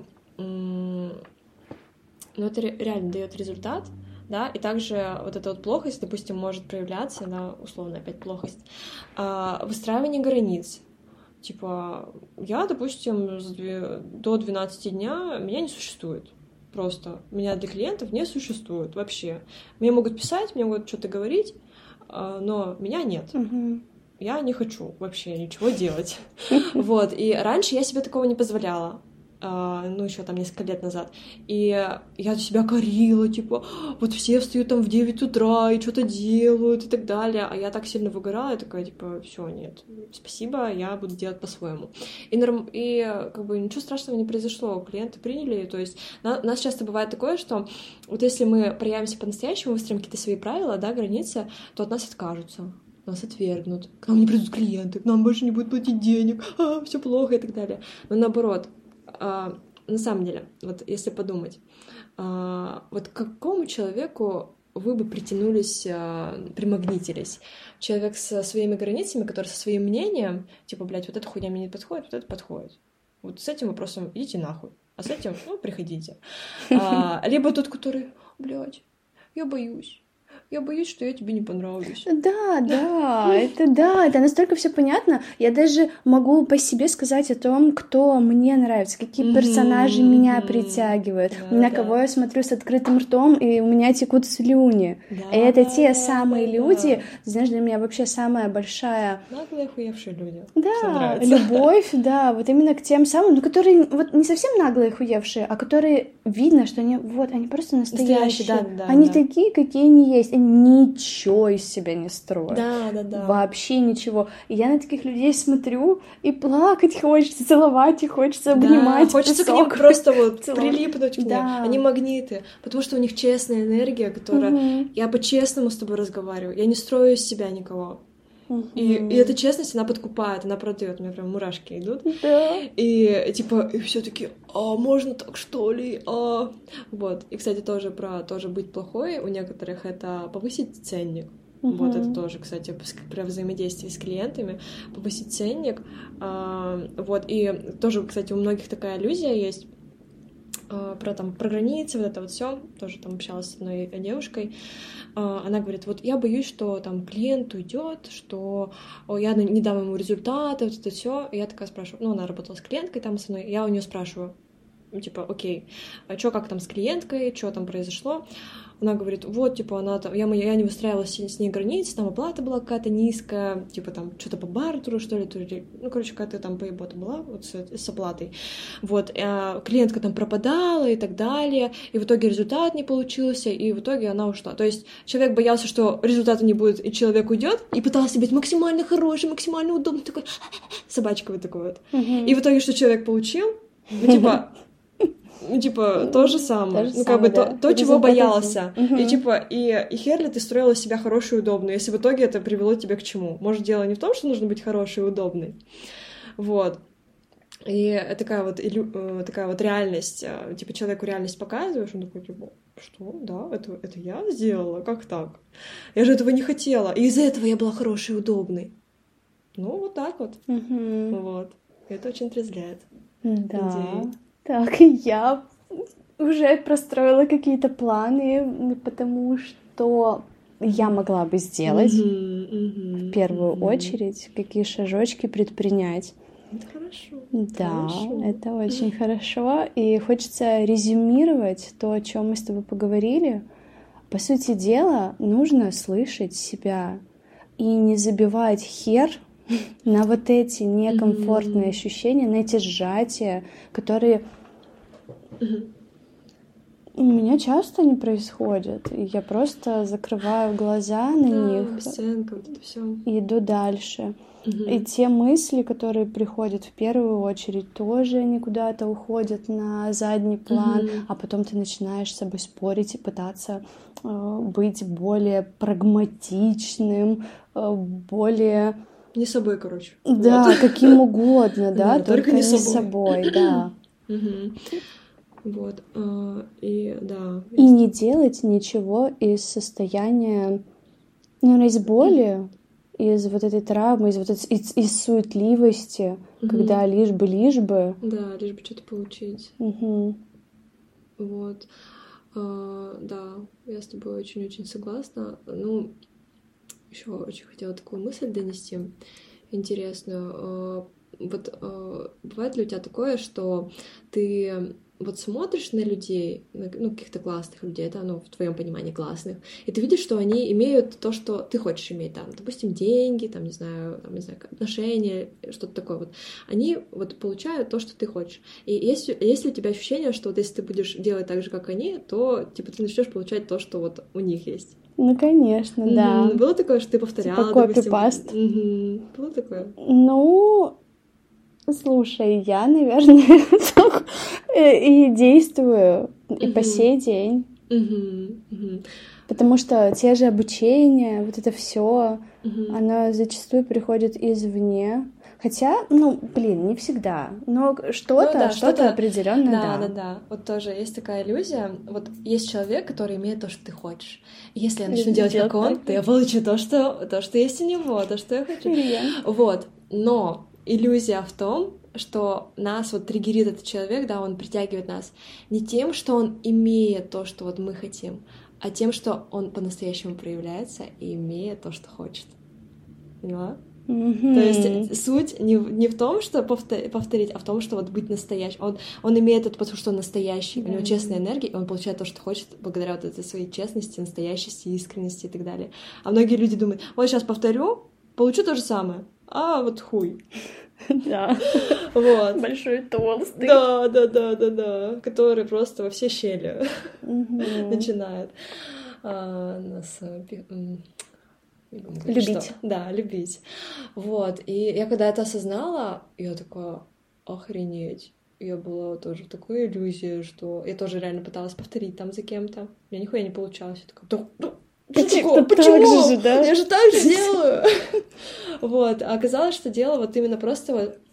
это реально дает результат. Да, и также вот эта вот плохость, допустим, может проявляться, да, условно опять плохость, выстраивание границ. Типа, я, допустим, до 12 дня меня не существует. Просто меня для клиентов не существует вообще. Мне могут писать, мне могут что-то говорить, но меня нет. Я не хочу вообще ничего делать. Вот, и раньше я себе такого не позволяла. Еще там несколько лет назад. И я себя корила, типа, вот все встают там в 9 утра и что-то делают и так далее. А я так сильно выгорала, я такая, типа, все, нет, спасибо, я буду делать по-своему. И как бы ничего страшного не произошло, клиенты приняли. То есть у нас часто бывает такое, что вот если мы проявимся по-настоящему, выстроим какие-то свои правила, да, границы, то от нас откажутся. Нас отвергнут, к нам не придут клиенты, к нам больше не будут платить денег, все плохо и так далее. Но наоборот, на самом деле, вот если подумать, вот к какому человеку вы бы притянулись, примагнитились? Человек со своими границами, который со своим мнением, типа, блядь, вот эта хуйня мне не подходит, вот это подходит. Вот с этим вопросом идите нахуй, а с этим, приходите. Либо тот, который, блядь, я боюсь, что я тебе не понравлюсь. Это настолько все понятно. Я даже могу по себе сказать о том, кто мне нравится, какие персонажи меня притягивают, на кого я смотрю с открытым ртом, и у меня текут слюни. И это те самые люди, знаешь, для меня вообще самая большая... Наглые, хуевшие люди. Да, любовь, да, вот именно к тем самым, которые вот не совсем наглые, хуевшие, а которые видно, что они просто настоящие. Они такие, какие они есть. ничего из себя не строят. Да. Вообще ничего. И я на таких людей смотрю, и плакать хочется, целовать их, хочется обнимать. Хочется песок, к ним просто вот целовать. прилипнуть к ним. Они магниты, потому что у них честная энергия, которая... Я по-честному с тобой разговариваю, я не строю из себя никого. И эта честность, она подкупает, она продает, у меня прям мурашки идут. Да. И типа, и все таки можно так, что ли? Вот. И, кстати, тоже быть плохой у некоторых — это повысить ценник. Вот это тоже, кстати, про взаимодействие с клиентами, повысить ценник. Вот. И тоже, кстати, у многих такая иллюзия есть про границы, вот это вот все. Тоже там общалась с одной девушкой. Она говорит, вот я боюсь, что там клиент уйдет, что я не дам ему результаты, вот это все. И я такая спрашиваю, она работала с клиенткой там со мной, я у нее спрашиваю, типа, окей, а что, как там с клиенткой, что там произошло? Она говорит, вот, типа, она там, я не выстраивала с ней границы, там оплата была какая-то низкая, типа, там, что-то по бартеру, что ли, какая-то там поебота была вот с оплатой. Вот, клиентка там пропадала и так далее, и в итоге результат не получился, и в итоге она ушла. То есть человек боялся, что результата не будет, и человек уйдет, и пытался быть максимально хороший, максимально удобный, такой, собачка вот такой вот. И в итоге, что человек получил, то же самое. То, чего боялся. И херли ты строила из себя хорошую и удобную, если в итоге это привело тебя к чему? Может, дело не в том, что нужно быть хорошей и удобной. Вот. И такая вот реальность, типа, человеку реальность показываешь, он такой, типа, что? Да, это я сделала? Как так? Я же этого не хотела. И из-за этого я была хорошей и удобной. Вот так вот. Вот. Это очень трезвляет. Да. Идеи. Так, я уже простроила какие-то планы, потому что я могла бы сделать в первую очередь, какие шажочки предпринять. Это хорошо. Да, это очень хорошо. И хочется резюмировать то, о чем мы с тобой поговорили. По сути дела, нужно слышать себя и не забивать хер на вот эти некомфортные ощущения, на эти сжатия, которые у меня часто не происходят. И я просто закрываю глаза на них сценка, вот это всё. И иду дальше. И те мысли, которые приходят в первую очередь, тоже они куда-то уходят на задний план, а потом ты начинаешь с собой спорить и пытаться быть более прагматичным, более... Не собой, короче. Да, вот. Каким угодно, да, только не собой, да. Вот, и да. И не делать ничего из состояния, наверное, из боли, из вот этой травмы, из суетливости, когда лишь бы. Да, лишь бы что-то получить. Вот. Да, я с тобой очень-очень согласна. Еще очень хотела такую мысль донести интересную. Вот бывает ли у тебя такое, что ты вот смотришь на людей, каких-то классных людей, да, в твоем понимании классных, и ты видишь, что они имеют то, что ты хочешь иметь, там, допустим, деньги, там, не знаю, отношения, что-то такое вот. Они вот получают то, что ты хочешь. И есть ли у тебя ощущение, что вот если ты будешь делать так же, как они, то, типа, ты начнешь получать то, что вот у них есть? Конечно, да. Было такое, что ты повторяла, типа копипаст? Было такое? Слушай, я, наверное, и действую и по сей день. Потому что те же обучения, вот это все, оно зачастую приходит извне. Хотя, не всегда. Но что-то определенно, да. Вот тоже есть такая иллюзия. Вот есть человек, который имеет то, что ты хочешь. И если я начну делать как он, то я получу то, что есть у него, то, что я хочу. Вот. Но иллюзия в том, что нас вот триггерит этот человек, да, он притягивает нас не тем, что он имеет то, что вот мы хотим, а тем, что он по-настоящему проявляется и имеет то, что хочет. Поняла? То есть суть не в том, что повторить, а в том, что вот быть настоящим. Он имеет это, потому что он настоящий, у него честная энергия, и он получает то, что хочет, благодаря вот этой своей честности, настоящести, искренности и так далее. А многие люди думают, вот сейчас повторю, получу то же самое, а вот хуй. Да. Вот. Большой толстый. Да. Который просто во все щели начинает. нас любить. Что? Да, любить. Вот. И я когда это осознала, я такая, охренеть. Я была тоже в такой иллюзии, что я тоже реально пыталась повторить там за кем-то. У меня нихуя не получалось. Я такая, почему? Же, да? Я же так же делаю. Вот. А оказалось, что дело вот именно просто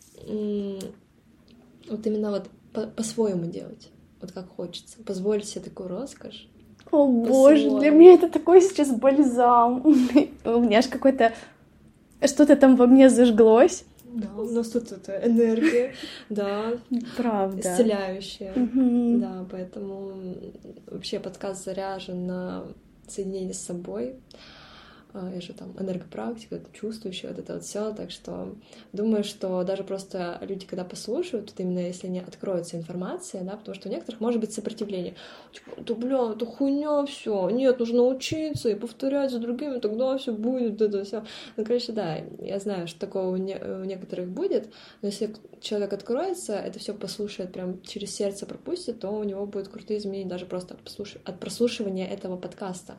вот именно вот по-своему делать. Вот как хочется. Позволить себе такую роскошь. О боже, для меня это такой сейчас бальзам. У меня аж какой-то... Что-то там во мне зажглось. Да, у нас тут эта энергия, да. Правда. Исцеляющая. Да, поэтому вообще подкаст заряжен на соединение с собой. Я же там энергопрактика, это чувствующая, вот это вот все, так что думаю, что даже просто люди, когда послушают, вот именно если не откроется информация, да, потому что у некоторых может быть сопротивление, типа, да бля, это хуйня все, нет, нужно учиться и повторять за другими, тогда все будет, это все. Ну, короче, да, я знаю, что такое у некоторых будет, но если человек откроется, это все послушает, прям через сердце пропустит, то у него будут крутые изменения даже просто от прослушивания этого подкаста.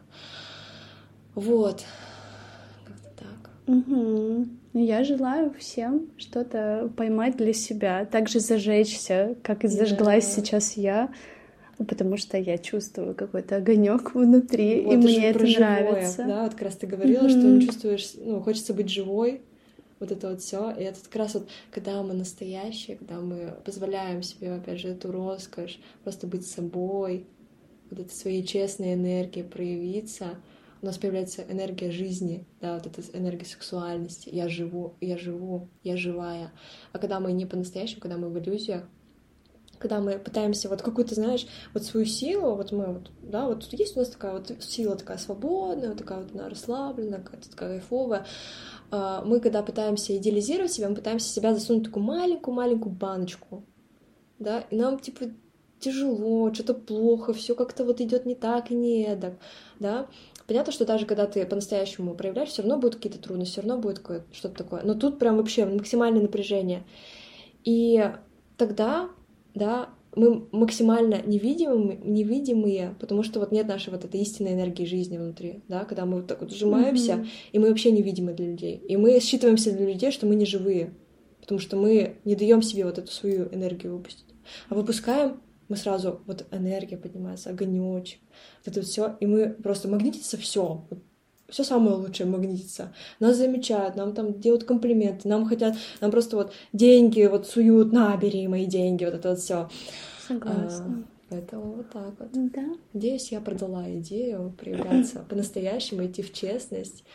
Вот. Как-то так. Угу. Я желаю всем что-то поймать для себя, также зажечься, как и зажглась сейчас я, потому что я чувствую какой-то огонек внутри, вот, и мне это нравится. Да, вот как раз ты говорила, что не чувствуешь, хочется быть живой, вот это вот все. И это как раз вот, когда мы настоящие, когда мы позволяем себе, опять же, эту роскошь, просто быть собой, вот этой своей честной энергией проявиться, у нас появляется энергия жизни, да, вот эта энергия сексуальности. Я живу, я живая. А когда мы не по-настоящему, когда мы в иллюзиях, когда мы пытаемся вот какую-то, знаешь, вот свою силу, вот мы вот, да, вот тут есть у нас такая вот сила такая свободная, вот такая вот она расслабленная, какая-то такая кайфовая. Мы, когда пытаемся идеализировать себя, мы пытаемся себя засунуть в такую маленькую-маленькую баночку, да, и нам, типа, тяжело, что-то плохо, все как-то вот идет не так и не эдак, да. Понятно, что даже когда ты по-настоящему проявляешь, все равно будут какие-то трудности, все равно будет что-то такое. Но тут прям вообще максимальное напряжение. И тогда, да, мы максимально невидимые, потому что вот нет нашей вот этой истинной энергии жизни внутри, да, когда мы вот так вот сжимаемся, и мы вообще невидимы для людей. И мы считываемся для людей, что мы не живые, потому что мы не даем себе вот эту свою энергию выпустить. А выпускаем, мы сразу, вот энергия поднимается, огонечек, вот это все, и мы просто магнитится все самое лучшее магнитится. Нас замечают, нам там делают комплименты, нам хотят, нам просто вот деньги вот суют, на, бери мои деньги, вот это вот все. Согласна. Поэтому вот так вот. Да. Надеюсь, я продала идею проявляться по-настоящему, идти в честность,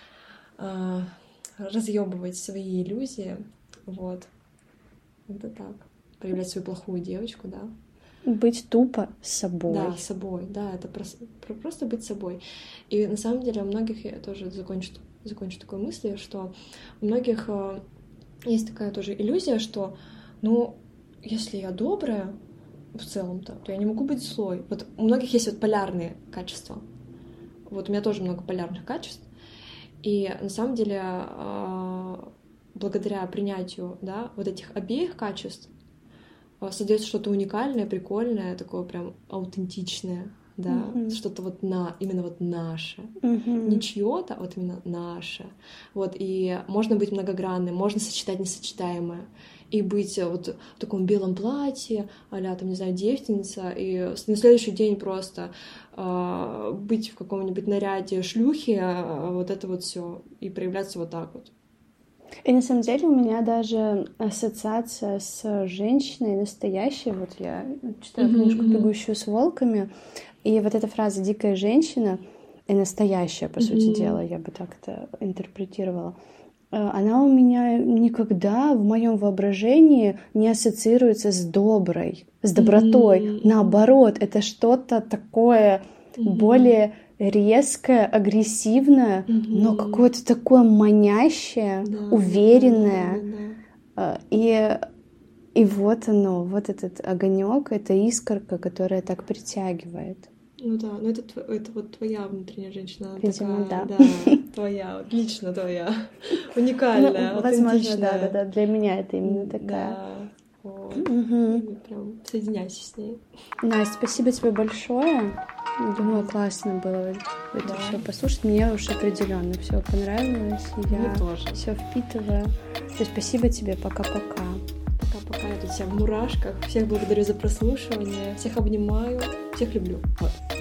разъебывать свои иллюзии, вот. Это так. Проявлять свою плохую девочку, да. Быть тупо собой. Да, собой, да, это просто быть собой. И на самом деле у многих, я тоже закончу такой мыслью, что у многих есть такая тоже иллюзия, что, если я добрая в целом-то, то я не могу быть злой. Вот у многих есть вот полярные качества. Вот у меня тоже много полярных качеств. И на самом деле благодаря принятию, да, вот этих обеих качеств создается что-то уникальное, прикольное, такое прям аутентичное, да, что-то вот именно вот наше, не чьё-то, а вот именно наше, вот, и можно быть многогранным, можно сочетать несочетаемое, и быть вот в таком белом платье, а-ля, там, не знаю, девственница, и на следующий день просто быть в каком-нибудь наряде шлюхи, вот это вот все и проявляться вот так вот. И на самом деле у меня даже ассоциация с женщиной настоящей. Вот я читаю книжку «Бегущую с волками», и вот эта фраза «дикая женщина» и настоящая, по сути дела, я бы так это интерпретировала, она у меня никогда в моем воображении не ассоциируется с добротой. Наоборот, это что-то такое более резкое, агрессивное, но какое-то такое манящее, уверенное. И вот оно, вот этот огонек, эта искорка, которая так притягивает. Ну да, но это вот твоя внутренняя женщина. Видимо, такая, да. Да, твоя, лично твоя, уникальная, возможно, да, для меня это именно такая. Да, вот. Прям соединяйся с ней. Настя, спасибо тебе большое. Думаю, классно было это все послушать. Мне уж определенно все понравилось. Мне Я тоже. все впитываю. И спасибо тебе. Пока-пока. Пока-пока. Я тут вся в мурашках. Всех благодарю за прослушивание. Всех обнимаю. Всех люблю. Вот.